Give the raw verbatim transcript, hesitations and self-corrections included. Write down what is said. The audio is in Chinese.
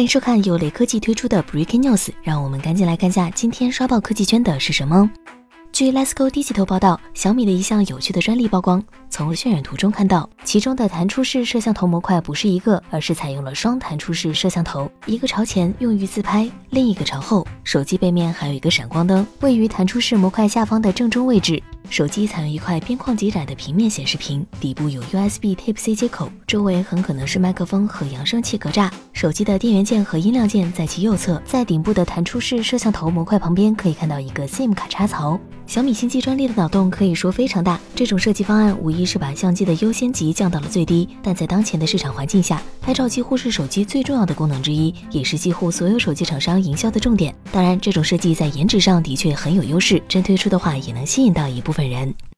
迎收看由雷科技推出的 Breaking News， 让我们赶紧来看下今天刷爆科技圈的是什么。据 Let's Go Digital 报道，小米的一项有趣的专利曝光。从渲染图中看到，其中的弹出式摄像头模块不是一个，而是采用了双弹出式摄像头，一个朝前用于自拍，另一个朝后。手机背面还有一个闪光灯，位于弹出式模块下方的正中位置。手机采用一块边框极窄的平面显示屏，底部有 U S B Type C 接口，周围很可能是麦克风和扬声器格栅。手机的电源键和音量键在其右侧，在顶部的弹出式摄像头模块旁边可以看到一个 SIM 卡插槽。小米新机专利的脑洞可以说非常大，这种设计方案无疑是把相机的优先级降到了最低，但在当前的市场环境下，拍照几乎是手机最重要的功能之一，也是几乎所有手机厂商营销的重点。当然，这种设计在颜值上的确很有优势，真推出的话也能吸引到一部分人。